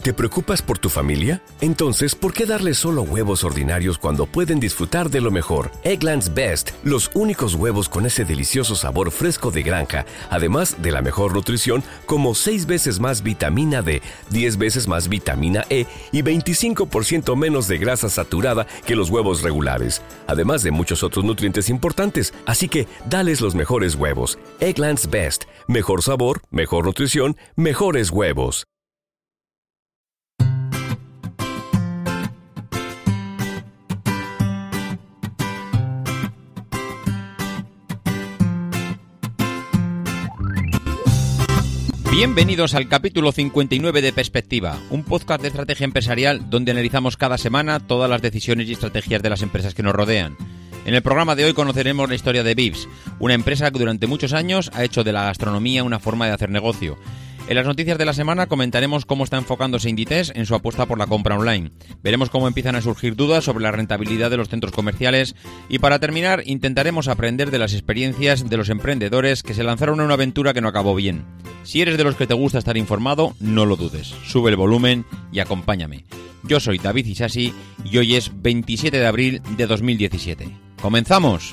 ¿Te preocupas por tu familia? Entonces, ¿por qué darles solo huevos ordinarios cuando pueden disfrutar de lo mejor? Eggland's Best, los únicos huevos con ese delicioso sabor fresco de granja, además de la mejor nutrición, como 6 veces más vitamina D, 10 veces más vitamina E y 25% menos de grasa saturada que los huevos regulares, además de muchos otros nutrientes importantes. Así que, dales los mejores huevos. Eggland's Best, mejor sabor, mejor nutrición, mejores huevos. Bienvenidos al capítulo 59 de Perspectiva, un podcast de estrategia empresarial donde analizamos cada semana todas las decisiones y estrategias de las empresas que nos rodean. En el programa de hoy conoceremos la historia de Vips, una empresa que durante muchos años ha hecho de la gastronomía una forma de hacer negocio. En las noticias de la semana comentaremos cómo está enfocándose Inditex en su apuesta por la compra online. Veremos cómo empiezan a surgir dudas sobre la rentabilidad de los centros comerciales y para terminar intentaremos aprender de las experiencias de los emprendedores que se lanzaron a una aventura que no acabó bien. Si eres de los que te gusta estar informado, no lo dudes. Sube el volumen y acompáñame. Yo soy David Isasi y hoy es 27 de abril de 2017. ¡Comenzamos!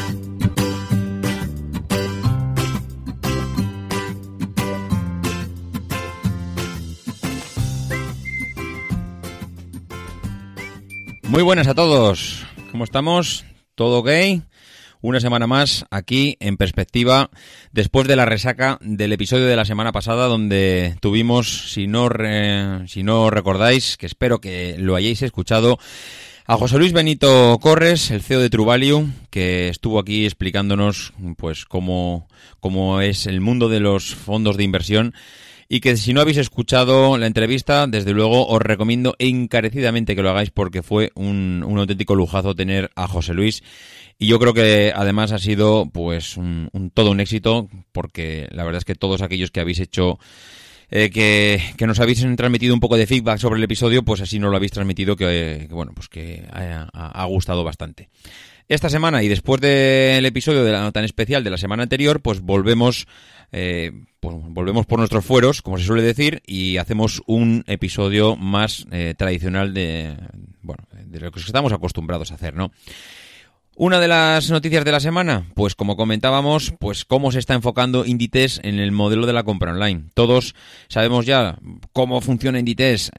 Muy buenas a todos. ¿Cómo estamos? ¿Todo ok? Una semana más aquí en Perspectiva, después de la resaca del episodio de la semana pasada donde tuvimos, si no recordáis, que espero que lo hayáis escuchado, a José Luis Benito Corres, el CEO de True Value, que estuvo aquí explicándonos pues cómo es el mundo de los fondos de inversión. Y que si no habéis escuchado la entrevista, desde luego os recomiendo encarecidamente que lo hagáis porque fue un auténtico lujazo tener a José Luis. Y yo creo que además ha sido pues todo un éxito porque la verdad es que todos aquellos que habéis hecho, que nos habéis transmitido un poco de feedback sobre el episodio, pues así nos lo habéis transmitido que ha gustado bastante. Esta semana y después del episodio tan especial de la semana anterior, pues volvemos por nuestros fueros, como se suele decir, y hacemos un episodio más tradicional de lo que estamos acostumbrados a hacer, ¿no? Una de las noticias de la semana, pues como comentábamos, pues cómo se está enfocando Inditex en el modelo de la compra online. Todos sabemos ya cómo funciona Inditex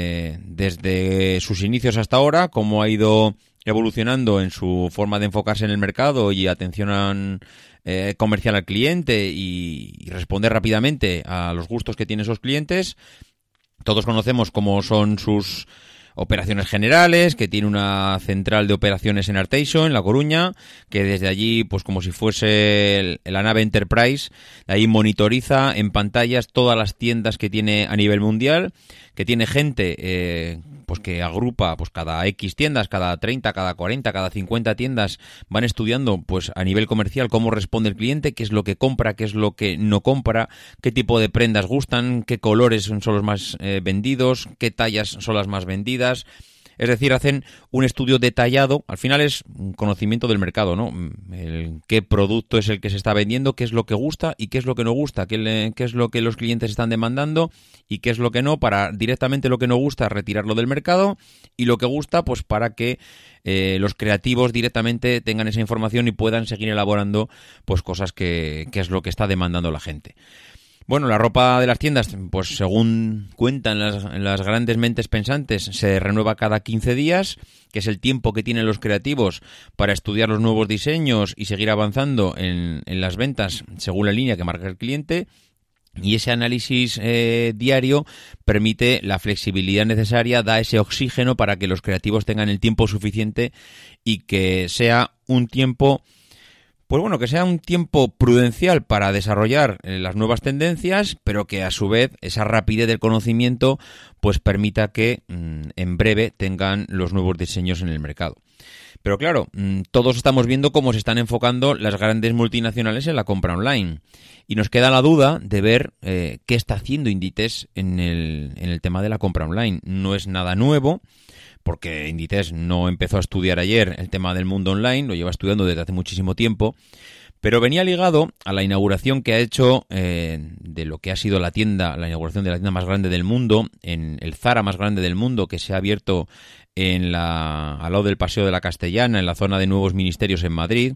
desde sus inicios hasta ahora, cómo ha ido evolucionando en su forma de enfocarse en el mercado y atención comercial al cliente y responder rápidamente a los gustos que tienen esos clientes. Todos conocemos cómo son sus operaciones generales, que tiene una central de operaciones en Arteixo, en La Coruña, que desde allí, pues como si fuese la nave Enterprise, de ahí monitoriza en pantallas todas las tiendas que tiene a nivel mundial, que tiene gente pues que agrupa pues cada X tiendas, cada 30, cada 40, cada 50 tiendas, van estudiando pues a nivel comercial cómo responde el cliente, qué es lo que compra, qué es lo que no compra, qué tipo de prendas gustan, qué colores son los más vendidos, qué tallas son las más vendidas. Es decir, hacen un estudio detallado. Al final es un conocimiento del mercado, ¿no? Qué producto es el que se está vendiendo, qué es lo que gusta y qué es lo que no gusta, qué es lo que los clientes están demandando y qué es lo que no, para directamente lo que no gusta retirarlo del mercado y lo que gusta pues para que los creativos directamente tengan esa información y puedan seguir elaborando pues cosas que es lo que está demandando la gente. Bueno, la ropa de las tiendas, pues según cuentan las grandes mentes pensantes, se renueva cada 15 días, que es el tiempo que tienen los creativos para estudiar los nuevos diseños y seguir avanzando en las ventas según la línea que marca el cliente. Y ese análisis diario permite la flexibilidad necesaria, da ese oxígeno para que los creativos tengan el tiempo suficiente y que sea un tiempo... Pues bueno, que sea un tiempo prudencial para desarrollar las nuevas tendencias, pero que a su vez esa rapidez del conocimiento pues permita que en breve tengan los nuevos diseños en el mercado. Pero claro, todos estamos viendo cómo se están enfocando las grandes multinacionales en la compra online. Y nos queda la duda de ver qué está haciendo Inditex en el tema de la compra online. No es nada nuevo, porque Inditex no empezó a estudiar ayer el tema del mundo online, lo lleva estudiando desde hace muchísimo tiempo. Pero venía ligado a la inauguración que ha hecho de lo que ha sido la inauguración de la tienda más grande del mundo, en el Zara más grande del mundo, que se ha abierto al lado del Paseo de la Castellana, en la zona de Nuevos Ministerios en Madrid.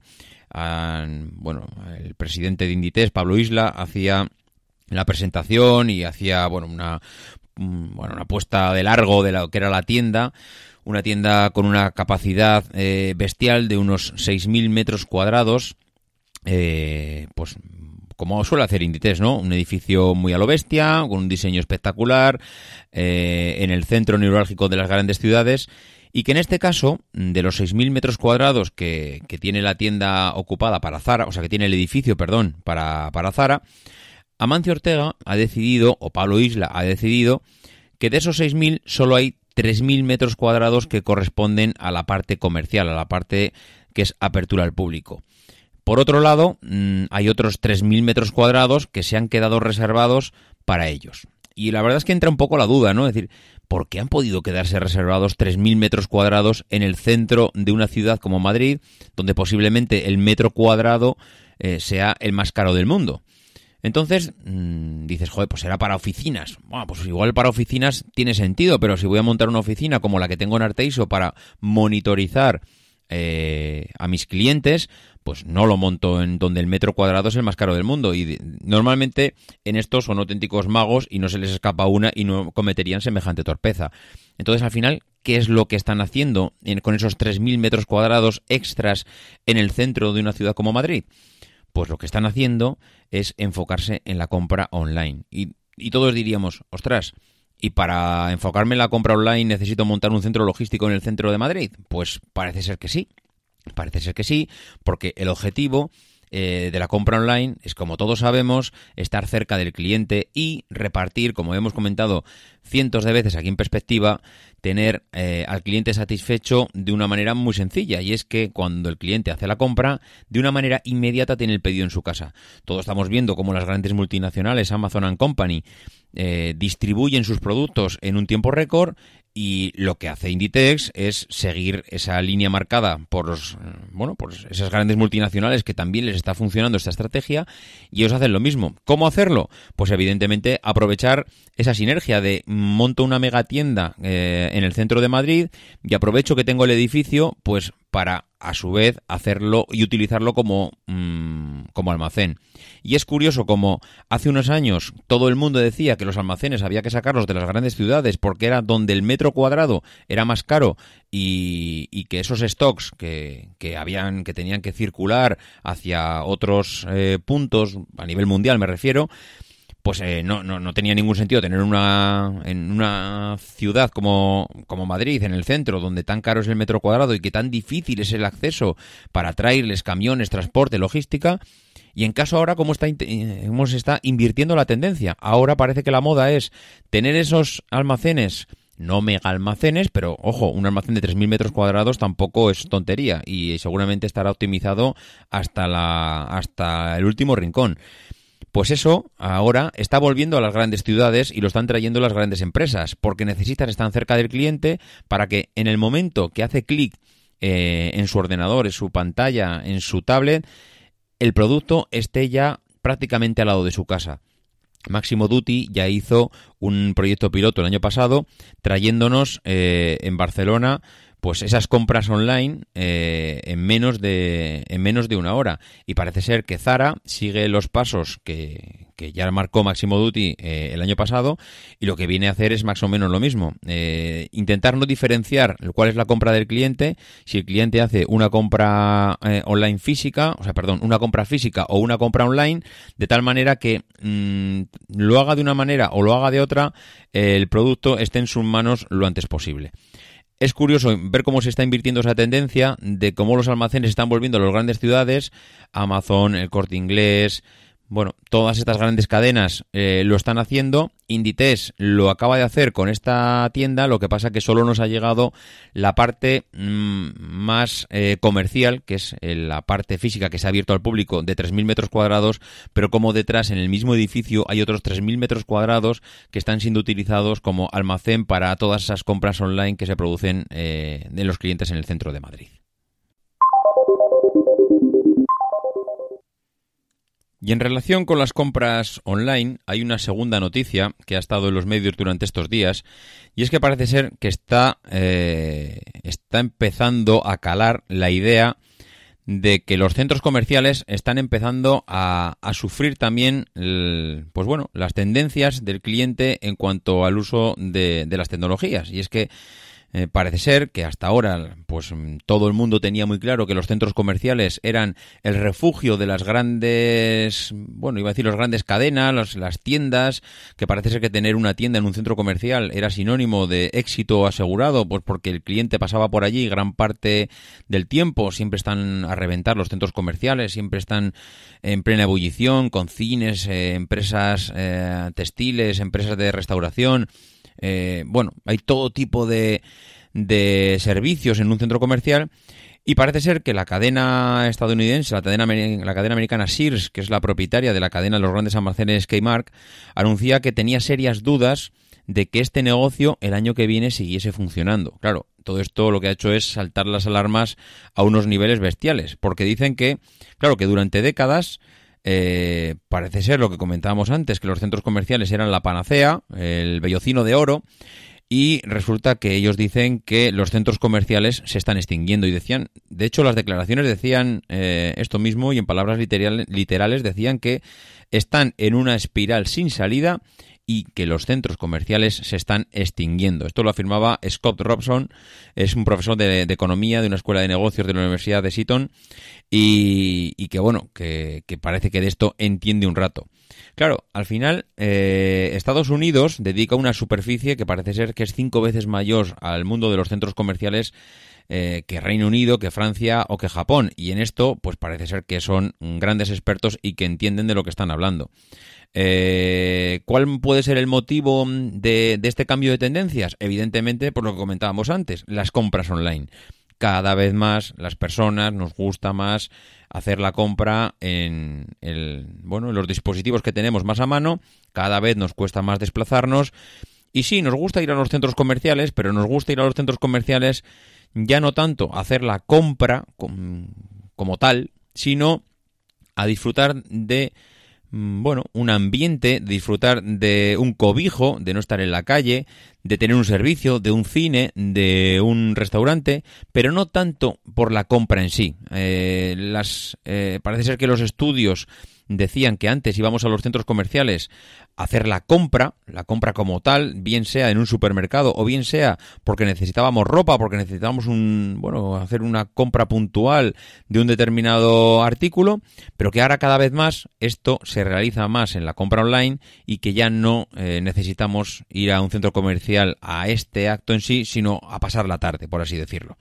El presidente de Inditex, Pablo Isla, hacía la presentación y hacía una puesta de largo de lo que era la tienda. Una tienda con una capacidad bestial de unos 6.000 metros cuadrados, como suele hacer Inditex, ¿no? Un edificio muy a lo bestia, con un diseño espectacular, en el centro neurálgico de las grandes ciudades, y que en este caso, de los 6.000 metros cuadrados que tiene la tienda ocupada para Zara, o sea, que tiene el edificio, para Zara, Amancio Ortega ha decidido, o Pablo Isla ha decidido, que de esos 6.000 solo hay 3.000 metros cuadrados que corresponden a la parte comercial, a la parte que es apertura al público. Por otro lado, hay otros 3.000 metros cuadrados que se han quedado reservados para ellos. Y la verdad es que entra un poco la duda, ¿no? Es decir, ¿por qué han podido quedarse reservados 3.000 metros cuadrados en el centro de una ciudad como Madrid, donde posiblemente el metro cuadrado sea el más caro del mundo? Entonces, dices, joder, pues será para oficinas. Bueno, pues igual para oficinas tiene sentido, pero si voy a montar una oficina como la que tengo en Arteiso para monitorizar a mis clientes, pues no lo monto en donde el metro cuadrado es el más caro del mundo. Y normalmente en estos son auténticos magos y no se les escapa una y no cometerían semejante torpeza. Entonces, al final, ¿qué es lo que están haciendo con esos 3.000 metros cuadrados extras en el centro de una ciudad como Madrid? Pues lo que están haciendo es enfocarse en la compra online. Y todos diríamos, ostras, ¿y para enfocarme en la compra online necesito montar un centro logístico en el centro de Madrid? Pues parece ser que sí. Parece ser que sí, porque el objetivo de la compra online es, como todos sabemos, estar cerca del cliente y repartir, como hemos comentado cientos de veces aquí en Perspectiva, tener al cliente satisfecho de una manera muy sencilla, y es que cuando el cliente hace la compra, de una manera inmediata tiene el pedido en su casa. Todos estamos viendo cómo las grandes multinacionales, Amazon and Company, distribuyen sus productos en un tiempo récord, y lo que hace Inditex es seguir esa línea marcada por esas grandes multinacionales que también les está funcionando esta estrategia, y ellos hacen lo mismo. ¿Cómo hacerlo? Pues evidentemente aprovechar esa sinergia de monto una mega tienda en el centro de Madrid y aprovecho que tengo el edificio pues para a su vez hacerlo y utilizarlo como almacén. Y es curioso como hace unos años todo el mundo decía que los almacenes había que sacarlos de las grandes ciudades porque era donde el metro cuadrado era más caro, y que esos stocks que tenían que circular hacia otros puntos a nivel mundial, me refiero, pues no tenía ningún sentido tener en una ciudad como Madrid, en el centro, donde tan caro es el metro cuadrado y que tan difícil es el acceso para trailers, camiones, transporte, logística. Y en caso ahora, ¿cómo se está invirtiendo la tendencia? Ahora parece que la moda es tener esos almacenes, no mega almacenes, pero ojo, un almacén de 3.000 metros cuadrados tampoco es tontería y seguramente estará optimizado hasta el último rincón. Pues eso ahora está volviendo a las grandes ciudades y lo están trayendo las grandes empresas, porque necesitan estar cerca del cliente para que en el momento que hace clic en su ordenador, en su pantalla, en su tablet, el producto esté ya prácticamente al lado de su casa. Máximo Duty ya hizo un proyecto piloto el año pasado trayéndonos en Barcelona pues esas compras online en menos de una hora, y parece ser que Zara sigue los pasos que ya marcó Máximo Duty el año pasado, y lo que viene a hacer es más o menos lo mismo, intentar no diferenciar cuál es la compra del cliente, si el cliente hace una compra online física, una compra física o una compra online, de tal manera que lo haga de una manera o lo haga de otra, el producto esté en sus manos lo antes posible. Es curioso ver cómo se está invirtiendo esa tendencia de cómo los almacenes están volviendo a las grandes ciudades. Amazon, el Corte Inglés, bueno, todas estas grandes cadenas lo están haciendo. Inditex lo acaba de hacer con esta tienda, lo que pasa que solo nos ha llegado la parte más comercial, que es la parte física que se ha abierto al público de 3.000 metros cuadrados, pero como detrás en el mismo edificio hay otros 3.000 metros cuadrados que están siendo utilizados como almacén para todas esas compras online que se producen de los clientes en el centro de Madrid. Y en relación con las compras online, hay una segunda noticia que ha estado en los medios durante estos días, y es que parece ser que está empezando a calar la idea de que los centros comerciales están empezando a sufrir también las tendencias del cliente en cuanto al uso de las tecnologías. Y es que parece ser que hasta ahora pues todo el mundo tenía muy claro que los centros comerciales eran el refugio de las grandes, las grandes cadenas, las tiendas, que parece ser que tener una tienda en un centro comercial era sinónimo de éxito asegurado, pues porque el cliente pasaba por allí gran parte del tiempo. Siempre están a reventar los centros comerciales, siempre están en plena ebullición, con cines, empresas textiles, empresas de restauración. Hay todo tipo de servicios en un centro comercial, y parece ser que la cadena estadounidense, la cadena americana Sears, que es la propietaria de la cadena de los grandes almacenes Kmart, anuncia que tenía serias dudas de que este negocio el año que viene siguiese funcionando. Claro, todo esto lo que ha hecho es saltar las alarmas a unos niveles bestiales, porque dicen que durante décadas parece ser lo que comentábamos antes, que los centros comerciales eran la panacea, el vellocino de oro, y resulta que ellos dicen que los centros comerciales se están extinguiendo, y decían, de hecho las declaraciones decían esto mismo, y en palabras literales decían que están en una espiral sin salida y que los centros comerciales se están extinguiendo. Esto lo afirmaba Scott Robson, es un profesor de economía de una escuela de negocios de la Universidad de Seton, y que parece que de esto entiende un rato. Claro, al final Estados Unidos dedica una superficie que parece ser que es 5 veces mayor al mundo de los centros comerciales que Reino Unido, que Francia o que Japón, y en esto pues parece ser que son grandes expertos y que entienden de lo que están hablando. ¿Cuál puede ser el motivo de este cambio de tendencias? Evidentemente, por lo que comentábamos antes, las compras online. Cada vez más las personas nos gusta más hacer la compra en los dispositivos que tenemos más a mano. Cada vez nos cuesta más desplazarnos. Y sí, nos gusta ir a los centros comerciales, pero nos gusta ir a los centros comerciales ya no tanto a hacer la compra como tal, sino a disfrutar de un ambiente, disfrutar de un cobijo, de no estar en la calle, de tener un servicio, de un cine, de un restaurante, pero no tanto por la compra en sí. Parece ser que los estudios decían que antes íbamos a los centros comerciales a hacer la compra como tal, bien sea en un supermercado o bien sea porque necesitábamos ropa, porque necesitábamos hacer una compra puntual de un determinado artículo, pero que ahora cada vez más esto se realiza más en la compra online y que ya no necesitamos ir a un centro comercial a este acto en sí, sino a pasar la tarde, por así decirlo.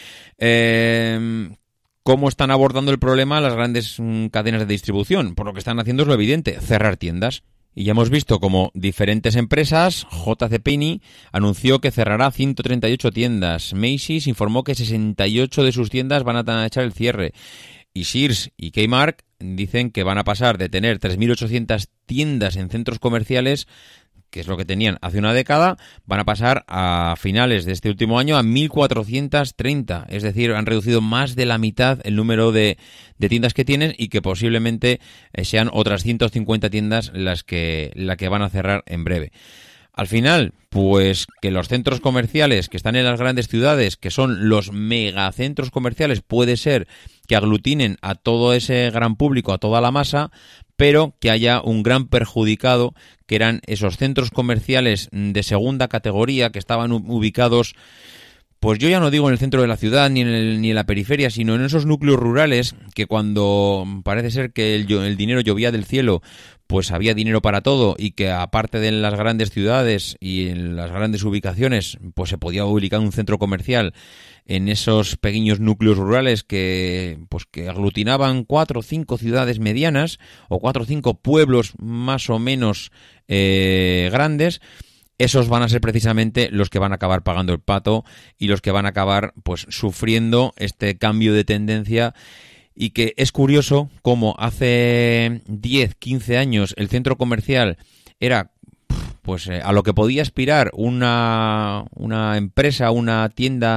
¿Cómo están abordando el problema las grandes cadenas de distribución? Por lo que están haciendo es lo evidente, cerrar tiendas. Y ya hemos visto como diferentes empresas, JCPenney anunció que cerrará 138 tiendas, Macy's informó que 68 de sus tiendas van a echar el cierre, y Sears y Kmart dicen que van a pasar de tener 3.800 tiendas en centros comerciales, que es lo que tenían hace una década, van a pasar a finales de este último año a 1.430. Es decir, han reducido más de la mitad el número de tiendas que tienen, y que posiblemente sean otras 150 tiendas la que van a cerrar en breve. Al final, pues que los centros comerciales que están en las grandes ciudades, que son los megacentros comerciales, puede ser que aglutinen a todo ese gran público, a toda la masa, pero que haya un gran perjudicado, que eran esos centros comerciales de segunda categoría que estaban ubicados, pues yo ya no digo en el centro de la ciudad ni en la periferia, sino en esos núcleos rurales que cuando parece ser que el dinero llovía del cielo, pues había dinero para todo, y que aparte de en las grandes ciudades y en las grandes ubicaciones, pues se podía ubicar un centro comercial en esos pequeños núcleos rurales que aglutinaban 4 o 5 ciudades medianas o 4 o 5 pueblos más o menos grandes. Esos van a ser precisamente los que van a acabar pagando el pato y los que van a acabar pues sufriendo este cambio de tendencia. Y que es curioso cómo hace 10, 15 años el centro comercial era a lo que podía aspirar una empresa, una tienda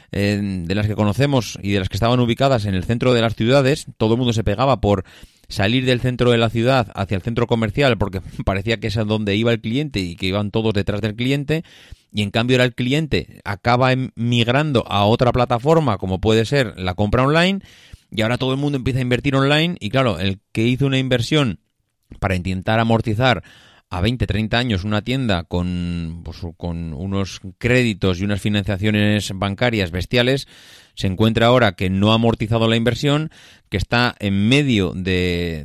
de las que conocemos y de las que estaban ubicadas en el centro de las ciudades, todo el mundo se pegaba por salir del centro de la ciudad hacia el centro comercial porque parecía que es a donde iba el cliente y que iban todos detrás del cliente, y en cambio era el cliente acaba migrando a otra plataforma como puede ser la compra online, y ahora todo el mundo empieza a invertir online, y claro, el que hizo una inversión para intentar amortizar a 20, 30 años una tienda con unos créditos y unas financiaciones bancarias bestiales, se encuentra ahora que no ha amortizado la inversión, que está en medio de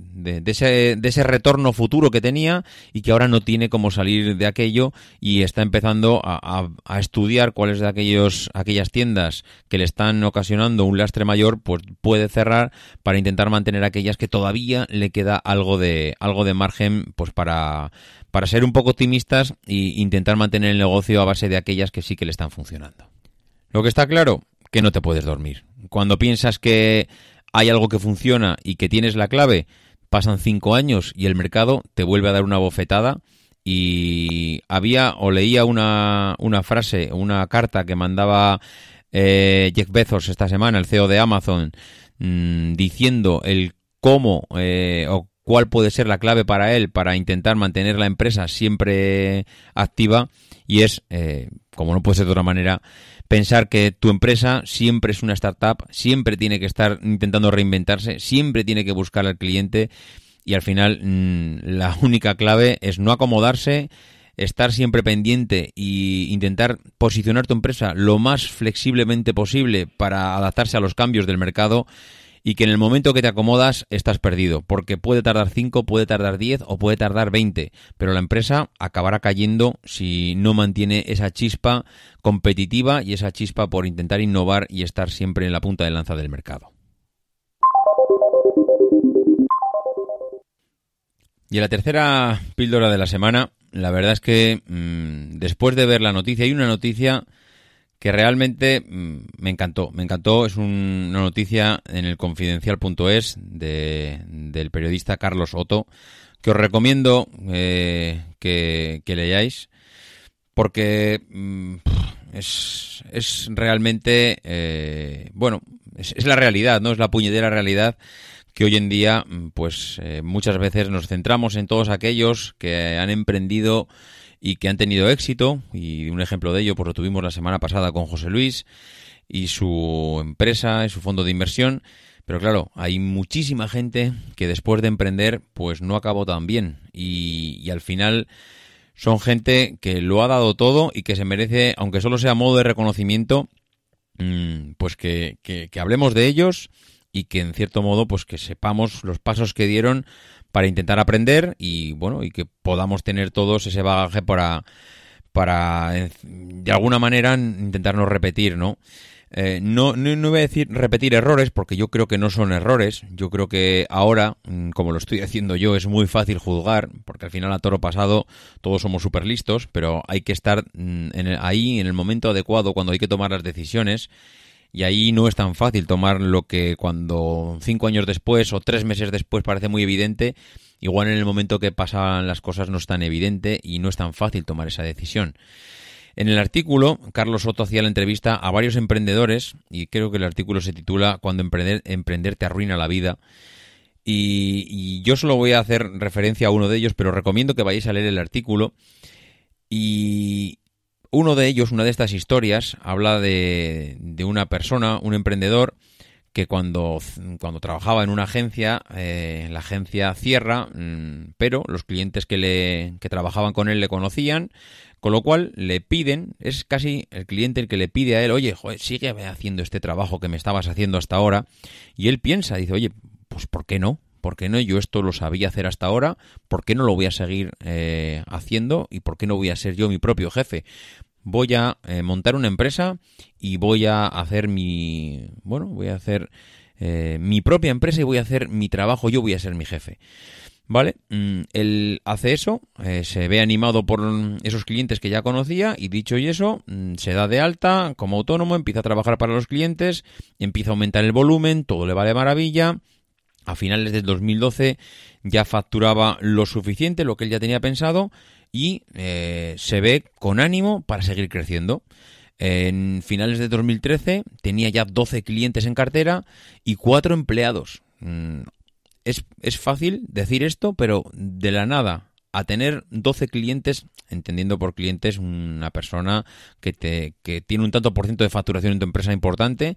ese retorno futuro que tenía y que ahora no tiene cómo salir de aquello, y está empezando a estudiar cuáles de aquellas tiendas que le están ocasionando un lastre mayor, pues puede cerrar para intentar mantener aquellas que todavía le queda algo de margen, pues para ser un poco optimistas e intentar mantener el negocio a base de aquellas que sí que le están funcionando. Lo que está claro, que no te puedes dormir. Cuando piensas que hay algo que funciona y que tienes la clave, pasan 5 años y el mercado te vuelve a dar una bofetada. Y leía una frase, una carta que mandaba Jeff Bezos esta semana, el CEO de Amazon, diciendo el cómo o cuál puede ser la clave para él para intentar mantener la empresa siempre activa, y es, como no puede ser de otra manera, pensar que tu empresa siempre es una startup, siempre tiene que estar intentando reinventarse, siempre tiene que buscar al cliente, y al final la única clave es no acomodarse, estar siempre pendiente e intentar posicionar tu empresa lo más flexiblemente posible para adaptarse a los cambios del mercado, y que en el momento que te acomodas estás perdido, porque puede tardar 5, puede tardar 10 o puede tardar 20, pero la empresa acabará cayendo si no mantiene esa chispa competitiva y esa chispa por intentar innovar y estar siempre en la punta de lanza del mercado. Y en la tercera píldora de la semana, la verdad es que después de ver la noticia, hay una noticia que realmente me encantó. Es una noticia en el confidencial.es del periodista Carlos Otto, que os recomiendo que leáis, porque es realmente, es la realidad, ¿no? Es la puñetera realidad, que hoy en día, pues muchas veces nos centramos en todos aquellos que han emprendido y que han tenido éxito, y un ejemplo de ello pues lo tuvimos la semana pasada con José Luis y su empresa y su fondo de inversión. Pero claro, hay muchísima gente que después de emprender pues no acabó tan bien, y al final son gente que lo ha dado todo y que se merece, aunque solo sea a modo de reconocimiento, pues que hablemos de ellos, y que en cierto modo pues que sepamos los pasos que dieron para intentar aprender, y bueno, y que podamos tener todos ese bagaje para de alguna manera intentar no repetir, ¿no? No voy a decir repetir errores, porque yo creo que no son errores. Yo creo que ahora, como lo estoy haciendo yo, es muy fácil juzgar, porque al final a toro pasado todos somos súper listos, pero hay que estar ahí en el momento adecuado cuando hay que tomar las decisiones. Y ahí no es tan fácil tomar lo que cuando 5 años después o 3 meses después parece muy evidente, igual en el momento que pasan las cosas no es tan evidente y no es tan fácil tomar esa decisión. En el artículo, Carlos Soto hacía la entrevista a varios emprendedores, y creo que el artículo se titula "Cuando emprender te arruina la vida". Y yo solo voy a hacer referencia a uno de ellos, pero recomiendo que vayáis a leer el artículo. Y uno de ellos, una de estas historias, habla de una persona, un emprendedor, que cuando trabajaba en una agencia, la agencia cierra, pero los clientes que trabajaban con él le conocían, con lo cual le piden, es casi el cliente el que le pide a él: oye, joder, sigue haciendo este trabajo que me estabas haciendo hasta ahora. Y él piensa, dice: oye, pues ¿por qué no? ¿Por qué no? Yo esto lo sabía hacer hasta ahora, ¿por qué no lo voy a seguir haciendo? ¿Y por qué no voy a ser yo mi propio jefe? Voy a montar una empresa y voy a hacer mi propia empresa, y voy a hacer mi trabajo, yo voy a ser mi jefe. ¿Vale? Él hace eso, se ve animado por esos clientes que ya conocía, y dicho y eso, se da de alta como autónomo, empieza a trabajar para los clientes, empieza a aumentar el volumen, todo le va de maravilla. A finales del 2012 ya facturaba lo suficiente, lo que él ya tenía pensado, y se ve con ánimo para seguir creciendo. En finales de 2013 tenía ya 12 clientes en cartera y 4 empleados. Es fácil decir esto, pero de la nada a tener 12 clientes, entendiendo por clientes una persona que tiene un tanto por ciento de facturación en tu empresa importante,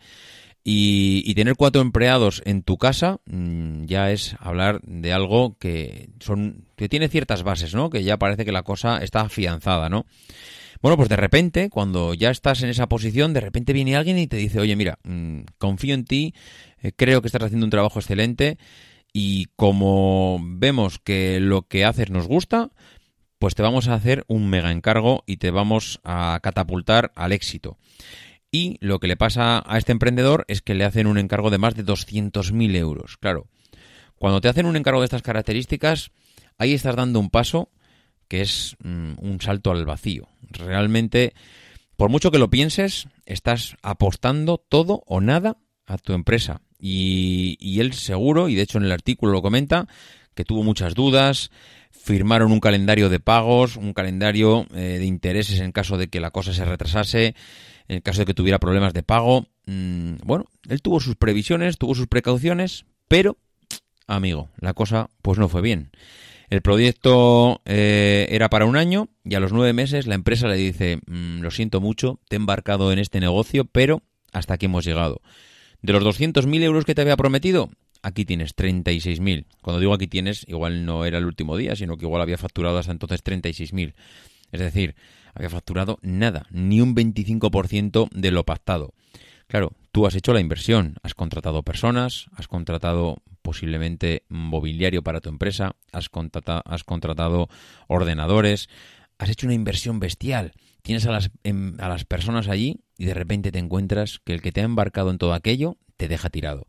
y tener 4 empleados en tu casa, ya es hablar de algo que tiene ciertas bases, ¿no? Que ya parece que la cosa está afianzada, ¿no? Bueno, pues de repente, cuando ya estás en esa posición, de repente viene alguien y te dice, oye, mira, confío en ti, creo que estás haciendo un trabajo excelente, y como vemos que lo que haces nos gusta, pues te vamos a hacer un mega encargo y te vamos a catapultar al éxito. Y lo que le pasa a este emprendedor es que le hacen un encargo de más de 200.000 euros. Claro, cuando te hacen un encargo de estas características, ahí estás dando un paso que es un salto al vacío. Realmente, por mucho que lo pienses, estás apostando todo o nada a tu empresa. Y él seguro, y de hecho en el artículo lo comenta, que tuvo muchas dudas, firmaron un calendario de pagos, un calendario de intereses en caso de que la cosa se retrasase, en el caso de que tuviera problemas de pago. Bueno, él tuvo sus previsiones, tuvo sus precauciones, pero, amigo, la cosa pues no fue bien. El proyecto era para 1 año y a los 9 meses la empresa le dice, lo siento mucho, te he embarcado en este negocio, pero hasta aquí hemos llegado. De los 200.000 euros que te había prometido, aquí tienes 36.000. Cuando digo aquí tienes, igual no era el último día, sino que igual había facturado hasta entonces 36.000. Es decir, había facturado nada, ni un 25% de lo pactado. Claro, tú has hecho la inversión, has contratado personas, has contratado posiblemente mobiliario para tu empresa, has contratado ordenadores, has hecho una inversión bestial. Tienes a las personas allí y de repente te encuentras que el que te ha embarcado en todo aquello te deja tirado.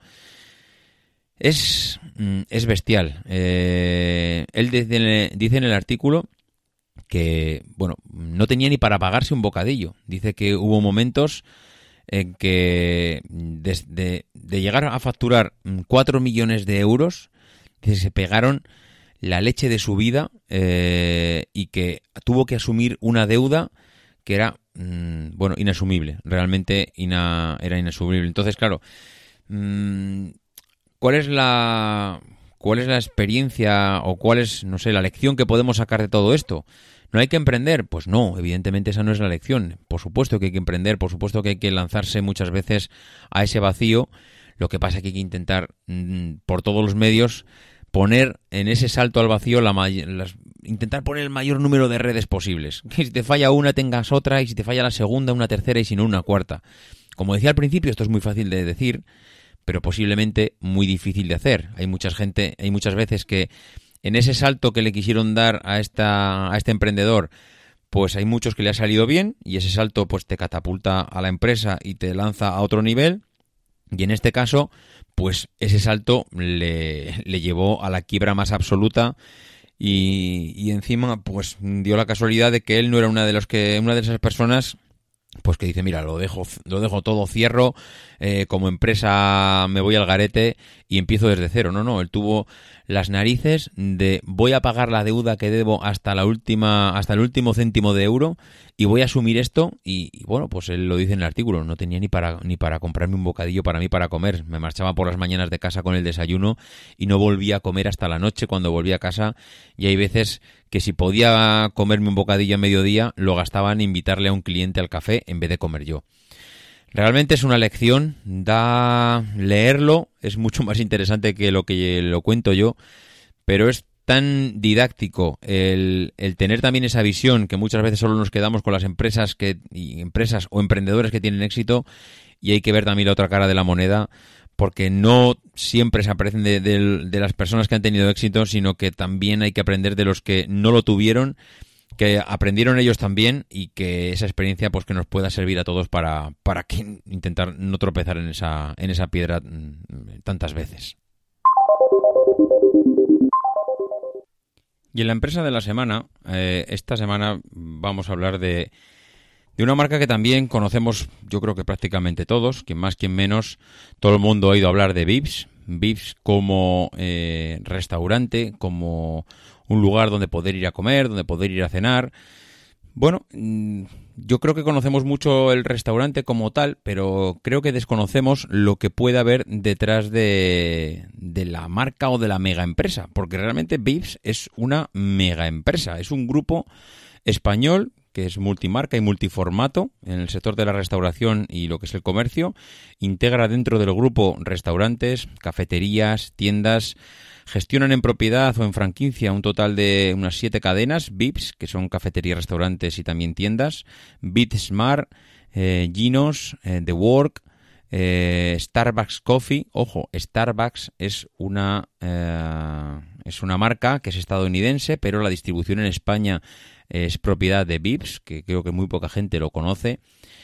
Es bestial. Él dice en el artículo que, bueno, no tenía ni para pagarse un bocadillo. Dice que hubo momentos en que de llegar a facturar 4 millones de euros, dice, se pegaron la leche de su vida y que tuvo que asumir una deuda que era, bueno, inasumible. Realmente era inasumible. Entonces, claro, ¿cuál es la experiencia o cuál es, no sé, la lección que podemos sacar de todo esto? ¿No hay que emprender? Pues no, evidentemente esa no es la lección. Por supuesto que hay que emprender, por supuesto que hay que lanzarse muchas veces a ese vacío. Lo que pasa es que hay que intentar, por todos los medios, poner en ese salto al vacío intentar poner el mayor número de redes posibles. Que si te falla una, tengas otra, y si te falla la segunda, una tercera, y si no, una cuarta. Como decía al principio, esto es muy fácil de decir, pero posiblemente muy difícil de hacer. Hay muchas veces que en ese salto que le quisieron dar a este emprendedor, pues hay muchos que le ha salido bien, y ese salto pues te catapulta a la empresa y te lanza a otro nivel. Y en este caso, pues ese salto le llevó a la quiebra más absoluta, y encima pues dio la casualidad de que él no era una de esas personas pues que dice, mira, lo dejo todo, cierro, como empresa me voy al garete y empiezo desde cero. No, él tuvo las narices de voy a pagar la deuda que debo hasta el último céntimo de euro, y voy a asumir esto. Y bueno, pues él lo dice en el artículo, no tenía ni para comprarme un bocadillo para mí para comer. Me marchaba por las mañanas de casa con el desayuno y no volvía a comer hasta la noche cuando volvía a casa, y hay veces que si podía comerme un bocadillo a mediodía, lo gastaba en invitarle a un cliente al café en vez de comer yo. Realmente es una lección, leerlo es mucho más interesante que lo cuento yo, pero es tan didáctico el tener también esa visión, que muchas veces solo nos quedamos con las empresas o emprendedores que tienen éxito, y hay que ver también la otra cara de la moneda, porque no siempre se aprenden de las personas que han tenido éxito, sino que también hay que aprender de los que no lo tuvieron, que aprendieron ellos también, y que esa experiencia pues que nos pueda servir a todos para que intentar no tropezar en esa piedra tantas veces. Y en la empresa de la semana, esta semana vamos a hablar de una marca que también conocemos, yo creo que prácticamente todos, quien más, quien menos. Todo el mundo ha oído hablar de Vips. Vips como restaurante, como un lugar donde poder ir a comer, donde poder ir a cenar. Bueno, yo creo que conocemos mucho el restaurante como tal, pero creo que desconocemos lo que puede haber detrás de la marca o de la mega empresa, porque realmente Vips es una mega empresa, es un grupo español que es multimarca y multiformato en el sector de la restauración y lo que es el comercio. Integra dentro del grupo restaurantes, cafeterías, tiendas. Gestionan en propiedad o en franquicia un total de unas 7 cadenas, Vips, que son cafeterías, restaurantes y también tiendas, BitSmart, Ginos, The Work, Starbucks Coffee. Ojo, Starbucks es una marca que es estadounidense, pero la distribución en España es propiedad de Vips, que creo que muy poca gente lo conoce.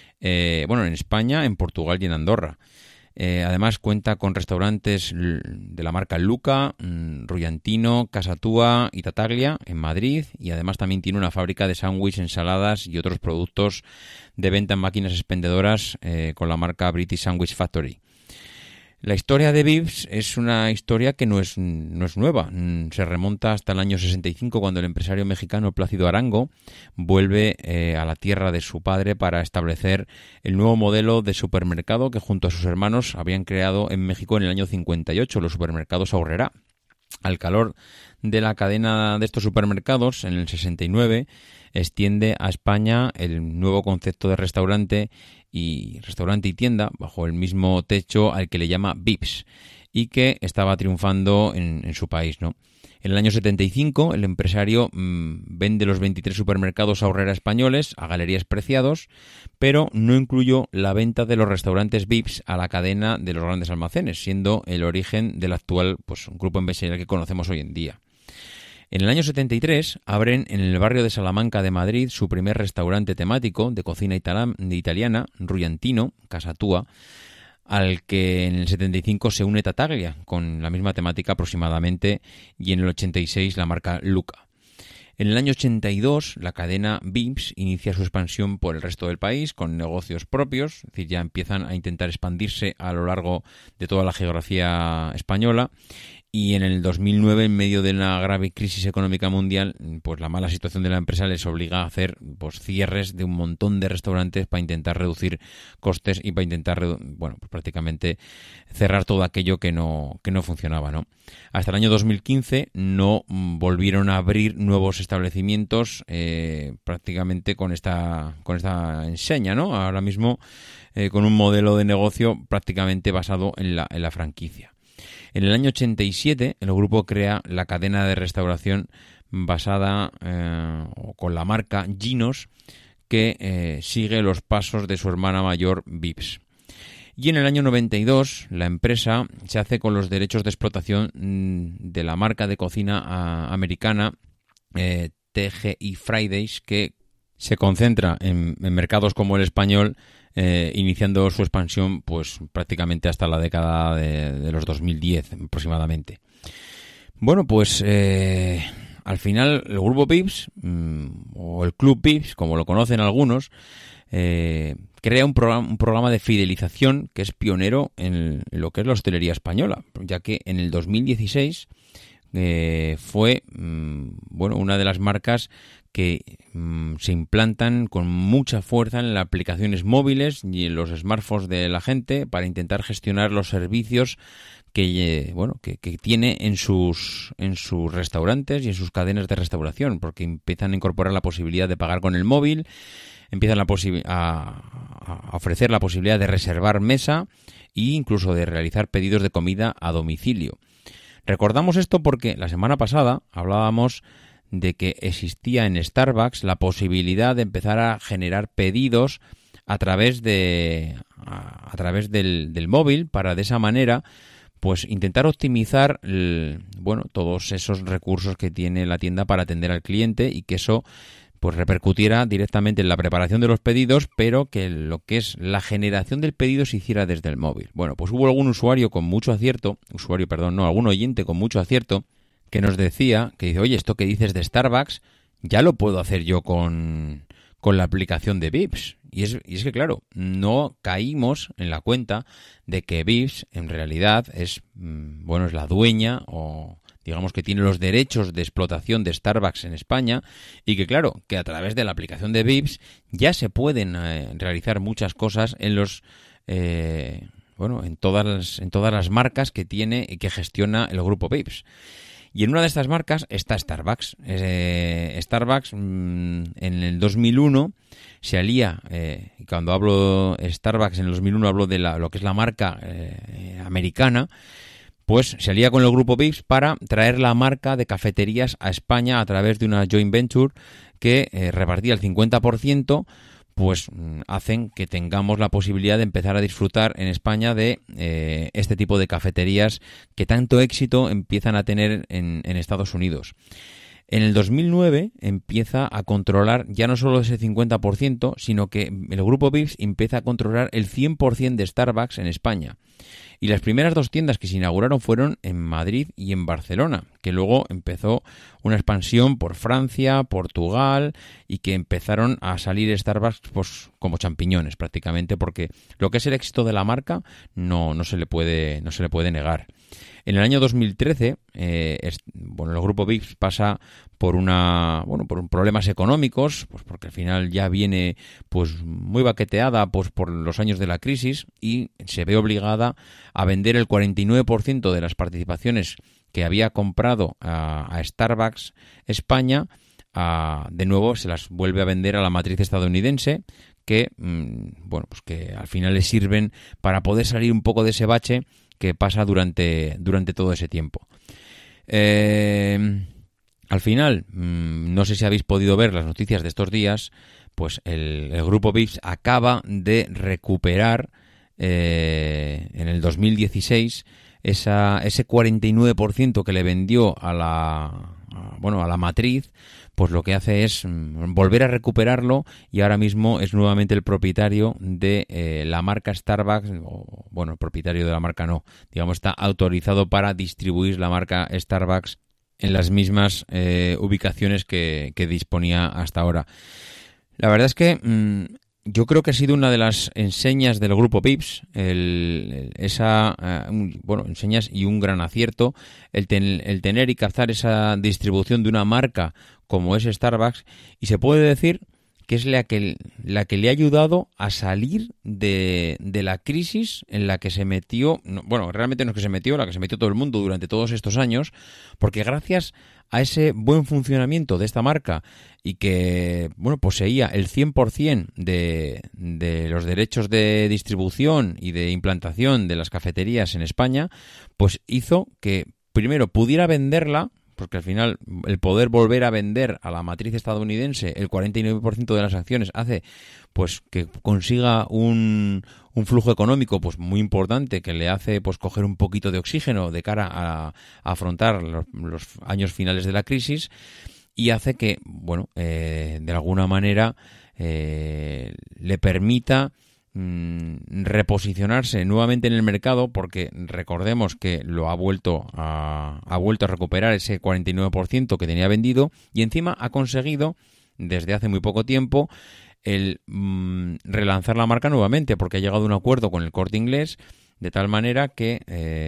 En España, en Portugal y en Andorra. Además cuenta con restaurantes de la marca Luca, Rullantino, Casa Tua y Tataglia en Madrid, y además también tiene una fábrica de sándwiches, ensaladas y otros productos de venta en máquinas expendedoras con la marca British Sandwich Factory. La historia de Vips es una historia que no es nueva. Se remonta hasta el año 65, cuando el empresario mexicano Plácido Arango vuelve a la tierra de su padre para establecer el nuevo modelo de supermercado que junto a sus hermanos habían creado en México en el año 58, los supermercados Aurrerá. Al calor de la cadena de estos supermercados, en el 69, extiende a España el nuevo concepto de restaurante y tienda bajo el mismo techo al que le llama Vips y que estaba triunfando en su país, ¿no? En el año 75, el empresario vende los 23 supermercados Aurrerá españoles a Galerías Preciados, pero no incluyó la venta de los restaurantes Vips a la cadena de los grandes almacenes, siendo el origen del actual grupo empresarial que conocemos hoy en día. En el año 73 abren en el barrio de Salamanca de Madrid su primer restaurante temático de cocina italiana, Rullantino, Casa Tua, al que en el 75 se une Tataglia, con la misma temática aproximadamente, y en el 86 la marca Luca. En el año 82 la cadena Vips inicia su expansión por el resto del país con negocios propios, es decir, ya empiezan a intentar expandirse a lo largo de toda la geografía española. Y en el 2009, en medio de una grave crisis económica mundial, pues la mala situación de la empresa les obliga a hacer cierres de un montón de restaurantes para intentar reducir costes y para intentar prácticamente cerrar todo aquello que no funcionaba, ¿no? Hasta el año 2015 no volvieron a abrir nuevos establecimientos prácticamente con esta enseña, ¿no? Ahora mismo con un modelo de negocio prácticamente basado en la franquicia. En el año 87, el grupo crea la cadena de restauración basada con la marca Ginos, que sigue los pasos de su hermana mayor Vips. Y en el año 92, la empresa se hace con los derechos de explotación de la marca de cocina americana TGI Fridays, que se concentra en mercados como el español, iniciando su expansión pues prácticamente hasta la década de los 2010 aproximadamente. Bueno, pues al final el grupo Vips, o el Club Vips, como lo conocen algunos, crea un programa de fidelización que es pionero en lo que es la hostelería española, ya que en el 2016 fue una de las marcas que se implantan con mucha fuerza en las aplicaciones móviles y en los smartphones de la gente para intentar gestionar los servicios que tiene en sus restaurantes y en sus cadenas de restauración, porque empiezan a incorporar la posibilidad de pagar con el móvil, empiezan a ofrecer la posibilidad de reservar mesa e incluso de realizar pedidos de comida a domicilio. Recordamos esto porque la semana pasada hablábamos de que existía en Starbucks la posibilidad de empezar a generar pedidos a través del móvil, para de esa manera pues intentar optimizar todos esos recursos que tiene la tienda para atender al cliente, y que eso pues repercutiera directamente en la preparación de los pedidos, pero que lo que es la generación del pedido se hiciera desde el móvil. Bueno, pues hubo algún algún oyente con mucho acierto que nos decía, que dice, oye, esto que dices de Starbucks ya lo puedo hacer yo con la aplicación de Vips. Y es que, claro, no caímos en la cuenta de que Vips en realidad es la dueña, o digamos que tiene los derechos de explotación de Starbucks en España y que claro, que a través de la aplicación de Vips ya se pueden realizar muchas cosas en los en todas las marcas que tiene y que gestiona el grupo Vips. Y en una de estas marcas está Starbucks. Starbucks en el 2001 se alía, y cuando hablo Starbucks en el 2001 hablo de lo que es la marca americana, pues se alía con el grupo Vips para traer la marca de cafeterías a España a través de una joint venture que repartía el 50%, pues hacen que tengamos la posibilidad de empezar a disfrutar en España de este tipo de cafeterías que tanto éxito empiezan a tener en Estados Unidos. En el 2009 empieza a controlar ya no solo ese 50%, sino que el grupo Vips empieza a controlar el 100% de Starbucks en España. Y las primeras 2 tiendas que se inauguraron fueron en Madrid y en Barcelona, que luego empezó una expansión por Francia, Portugal, y que empezaron a salir Starbucks pues como champiñones prácticamente, porque lo que es el éxito de la marca no se le puede negar. En el año 2013, el grupo Vips pasa por problemas económicos, pues porque al final ya viene pues muy baqueteada pues por los años de la crisis y se ve obligada a vender el 49% de las participaciones que había comprado a Starbucks España. De nuevo se las vuelve a vender a la matriz estadounidense, que que al final le sirven para poder salir un poco de ese bache que pasa durante todo ese tiempo. Al final, no sé si habéis podido ver las noticias de estos días, pues el grupo Vips acaba de recuperar en el 2016 ese 49% que le vendió a la matriz, pues lo que hace es volver a recuperarlo y ahora mismo es nuevamente el propietario de la marca Starbucks, el propietario de la marca no, digamos está autorizado para distribuir la marca Starbucks en las mismas ubicaciones que disponía hasta ahora. La verdad es que yo creo que ha sido una de las enseñas del grupo Vips, enseñas y un gran acierto, el tener y cazar esa distribución de una marca como es Starbucks, y se puede decir que es la que le ha ayudado a salir de la crisis en la que se metió, realmente no es que se metió, la que se metió todo el mundo durante todos estos años, porque gracias a ese buen funcionamiento de esta marca y que poseía el 100% de los derechos de distribución y de implantación de las cafeterías en España, pues hizo que primero pudiera venderla, porque al final el poder volver a vender a la matriz estadounidense el 49% de las acciones hace pues que consiga un flujo económico pues muy importante que le hace pues coger un poquito de oxígeno de cara a afrontar los años finales de la crisis, y hace que de alguna manera le permita reposicionarse nuevamente en el mercado, porque recordemos que ha vuelto a recuperar ese 49% que tenía vendido, y encima ha conseguido desde hace muy poco tiempo el relanzar la marca nuevamente, porque ha llegado a un acuerdo con el Corte Inglés de tal manera que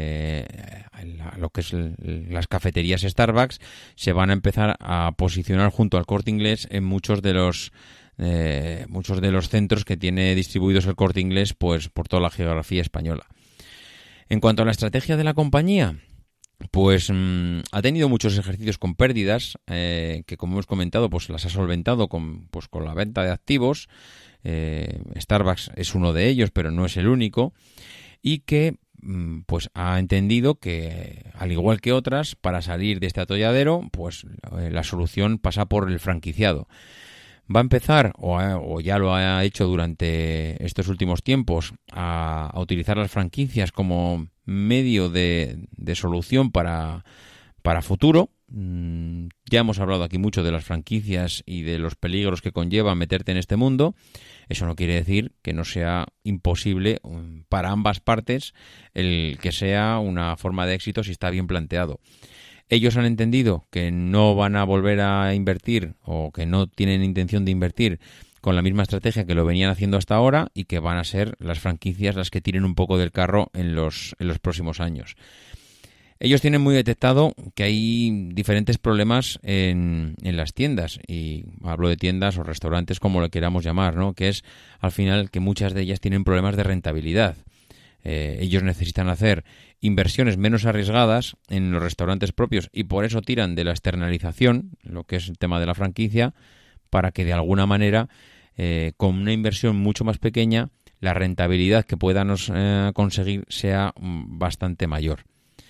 lo que es las cafeterías Starbucks se van a empezar a posicionar junto al Corte Inglés en muchos de los centros que tiene distribuidos el Corte Inglés pues por toda la geografía española. En cuanto a la estrategia de la compañía, pues ha tenido muchos ejercicios con pérdidas que, como hemos comentado, pues las ha solventado con la venta de activos. Starbucks es uno de ellos, pero no es el único, y que pues ha entendido que, al igual que otras, para salir de este atolladero, pues la solución pasa por el franquiciado. Va a empezar, o ya lo ha hecho durante estos últimos tiempos, a utilizar las franquicias como medio de solución para futuro. Ya hemos hablado aquí mucho de las franquicias y de los peligros que conlleva meterte en este mundo. Eso no quiere decir que no sea imposible para ambas partes el que sea una forma de éxito si está bien planteado. Ellos han entendido que no van a volver a invertir, o que no tienen intención de invertir con la misma estrategia que lo venían haciendo hasta ahora, y que van a ser las franquicias las que tiren un poco del carro en los próximos años. Ellos tienen muy detectado que hay diferentes problemas en las tiendas, y hablo de tiendas o restaurantes como lo queramos llamar, ¿no? Que es al final que muchas de ellas tienen problemas de rentabilidad. Ellos necesitan hacer inversiones menos arriesgadas en los restaurantes propios y por eso tiran de la externalización, lo que es el tema de la franquicia, para que de alguna manera, con una inversión mucho más pequeña, la rentabilidad que puedan conseguir sea bastante mayor.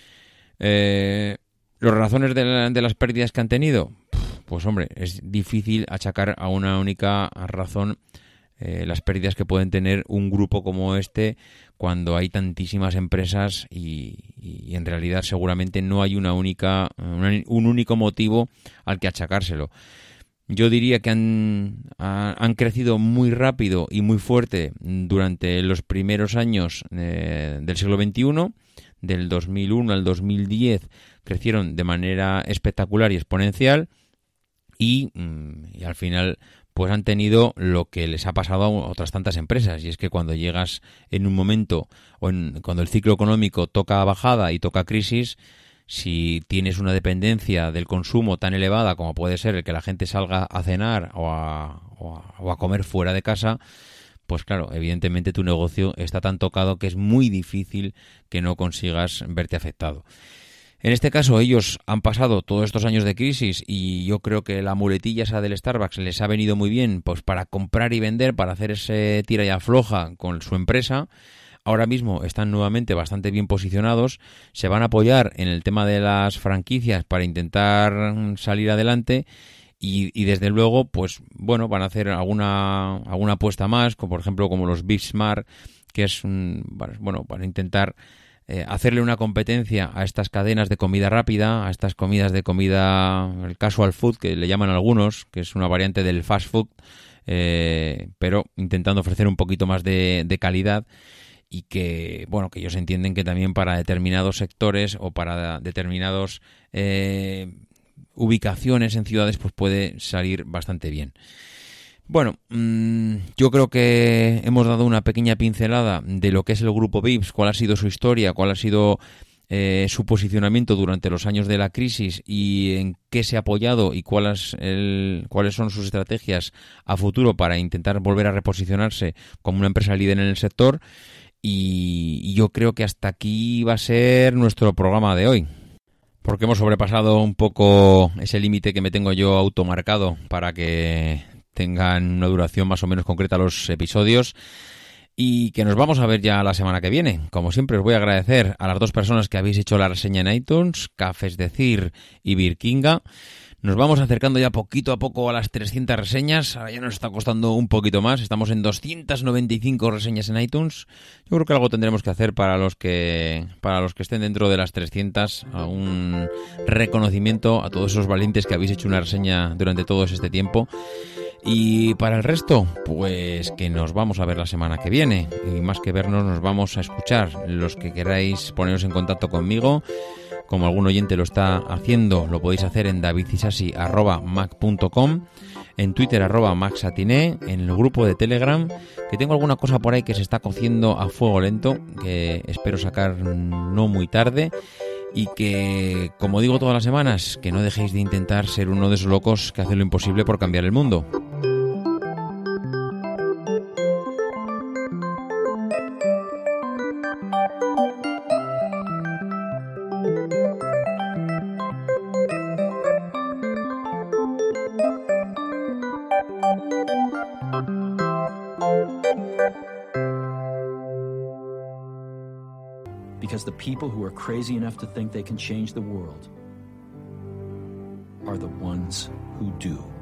¿Las razones de las pérdidas que han tenido? Pues hombre, es difícil achacar a una única razón las pérdidas que pueden tener un grupo como este cuando hay tantísimas empresas y en realidad seguramente no hay un único motivo al que achacárselo. Yo diría que han crecido muy rápido y muy fuerte durante los primeros años del siglo XXI. Del 2001 al 2010 crecieron de manera espectacular y exponencial y al final pues han tenido lo que les ha pasado a otras tantas empresas, y es que cuando llegas en un momento cuando el ciclo económico toca bajada y toca crisis, si tienes una dependencia del consumo tan elevada como puede ser el que la gente salga a cenar o a comer fuera de casa, pues claro, evidentemente tu negocio está tan tocado que es muy difícil que no consigas verte afectado. En este caso, ellos han pasado todos estos años de crisis y yo creo que la muletilla esa del Starbucks les ha venido muy bien pues para comprar y vender, para hacer ese tira y afloja con su empresa. Ahora mismo están nuevamente bastante bien posicionados, se van a apoyar en el tema de las franquicias para intentar salir adelante. Y desde luego, pues bueno, van a hacer alguna apuesta más, como por ejemplo como los Beef Smart, que es para intentar hacerle una competencia a estas cadenas de comida rápida, a estas comidas de comida, el casual food, que le llaman algunos, que es una variante del fast food, pero intentando ofrecer un poquito más de calidad. Y que, bueno, que ellos entienden que también para determinados sectores o para determinados ubicaciones en ciudades pues puede salir bastante bien. Bueno, yo creo que hemos dado una pequeña pincelada de lo que es el grupo Vips, cuál ha sido su historia, cuál ha sido su posicionamiento durante los años de la crisis y en qué se ha apoyado y cuáles son sus estrategias a futuro para intentar volver a reposicionarse como una empresa líder en el sector. Y yo creo que hasta aquí va a ser nuestro programa de hoy, porque hemos sobrepasado un poco ese límite que me tengo yo automarcado para que tengan una duración más o menos concreta los episodios, y que nos vamos a ver ya la semana que viene. Como siempre, os voy a agradecer a las dos personas que habéis hecho la reseña en iTunes, Cafés de Cir y Birkinga. Nos vamos acercando ya poquito a poco a las 300 reseñas. Ahora ya nos está costando un poquito más. Estamos en 295 reseñas en iTunes. Yo creo que algo tendremos que hacer para los que estén dentro de las 300, a un reconocimiento a todos esos valientes que habéis hecho una reseña durante todo este tiempo. Y para el resto, pues que nos vamos a ver la semana que viene. Y más que vernos, nos vamos a escuchar. Los que queráis poneros en contacto conmigo, como algún oyente lo está haciendo, lo podéis hacer en davidisasi@mac.com, en Twitter @maxatiné, en el grupo de Telegram, que tengo alguna cosa por ahí que se está cociendo a fuego lento, que espero sacar no muy tarde, y que, como digo todas las semanas, que no dejéis de intentar ser uno de esos locos que hacen lo imposible por cambiar el mundo. Because the people who are crazy enough to think they can change the world are the ones who do.